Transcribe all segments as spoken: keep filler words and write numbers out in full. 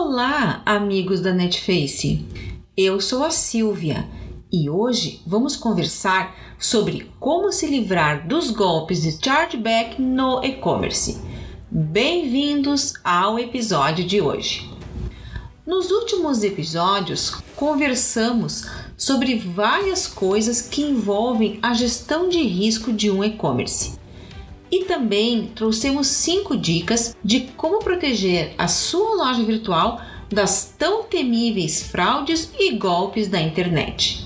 Olá, amigos da Netface! Eu sou a Silvia e hoje vamos conversar sobre como se livrar dos golpes de chargeback no e-commerce. Bem-vindos ao episódio de hoje. Nos últimos episódios, conversamos sobre várias coisas que envolvem a gestão de risco de um e-commerce. E também trouxemos cinco dicas de como proteger a sua loja virtual das tão temíveis fraudes e golpes da internet.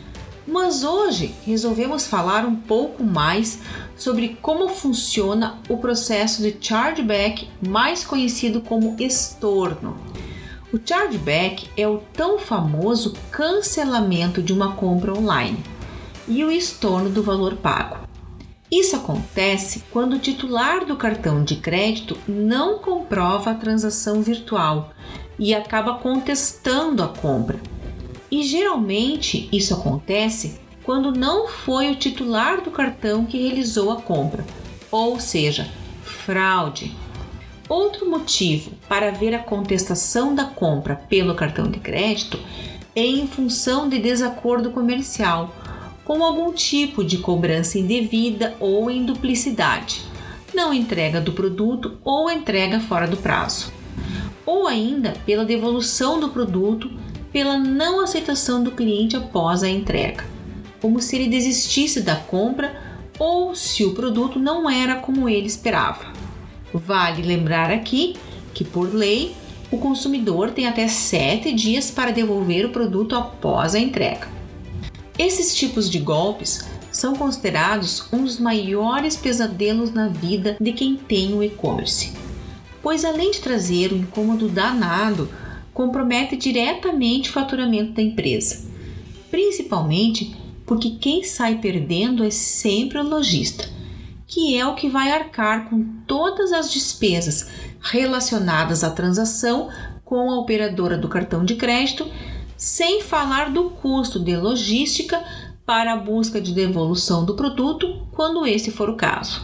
Mas hoje resolvemos falar um pouco mais sobre como funciona o processo de chargeback, mais conhecido como estorno. O chargeback é o tão famoso cancelamento de uma compra online e o estorno do valor pago. Isso acontece quando o titular do cartão de crédito não comprova a transação virtual e acaba contestando a compra. E geralmente isso acontece quando não foi o titular do cartão que realizou a compra, ou seja, fraude. Outro motivo para ver a contestação da compra pelo cartão de crédito é em função de desacordo comercial, com algum tipo de cobrança indevida ou em duplicidade, não entrega do produto ou entrega fora do prazo, ou ainda pela devolução do produto pela não aceitação do cliente após a entrega, como se ele desistisse da compra ou se o produto não era como ele esperava. Vale lembrar aqui que, por lei, o consumidor tem até sete dias para devolver o produto após a entrega. Esses tipos de golpes são considerados um dos maiores pesadelos na vida de quem tem o e-commerce, pois além de trazer um incômodo danado, compromete diretamente o faturamento da empresa, principalmente porque quem sai perdendo é sempre o lojista, que é o que vai arcar com todas as despesas relacionadas à transação com a operadora do cartão de crédito, sem falar do custo de logística para a busca de devolução do produto, quando esse for o caso.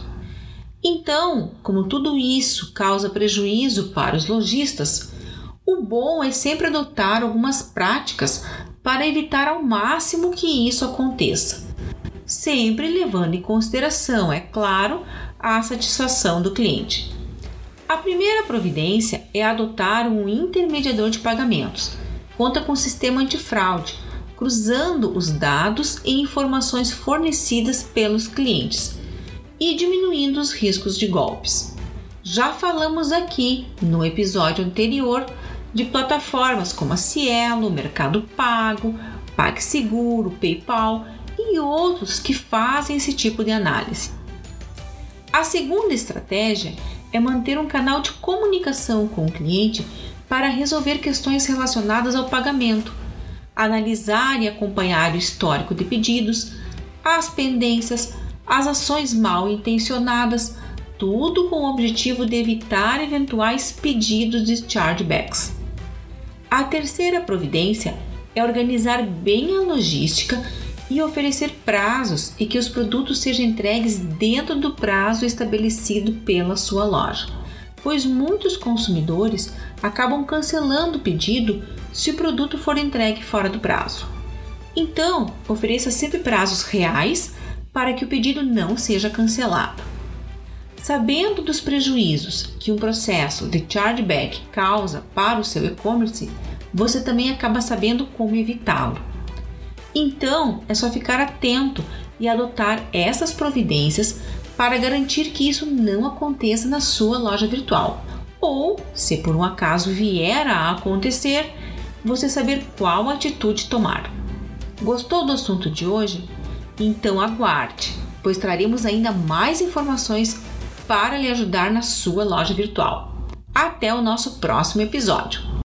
Então, como tudo isso causa prejuízo para os lojistas, o bom é sempre adotar algumas práticas para evitar ao máximo que isso aconteça, sempre levando em consideração, é claro, a satisfação do cliente. A primeira providência é adotar um intermediador de pagamentos. Conta com sistema antifraude, cruzando os dados e informações fornecidas pelos clientes e diminuindo os riscos de golpes. Já falamos aqui no episódio anterior de plataformas como a Cielo, Mercado Pago, PagSeguro, PayPal e outros que fazem esse tipo de análise. A segunda estratégia é manter um canal de comunicação com o cliente para resolver questões relacionadas ao pagamento, analisar e acompanhar o histórico de pedidos, as pendências, as ações mal intencionadas, tudo com o objetivo de evitar eventuais pedidos de chargebacks. A terceira providência é organizar bem a logística e oferecer prazos e que os produtos sejam entregues dentro do prazo estabelecido pela sua loja, pois muitos consumidores acabam cancelando o pedido se o produto for entregue fora do prazo. Então, ofereça sempre prazos reais para que o pedido não seja cancelado. Sabendo dos prejuízos que um processo de chargeback causa para o seu e-commerce, você também acaba sabendo como evitá-lo. Então, é só ficar atento e adotar essas providências para garantir que isso não aconteça na sua loja virtual. Ou, se por um acaso vier a acontecer, você saber qual atitude tomar. Gostou do assunto de hoje? Então aguarde, pois traremos ainda mais informações para lhe ajudar na sua loja virtual. Até o nosso próximo episódio!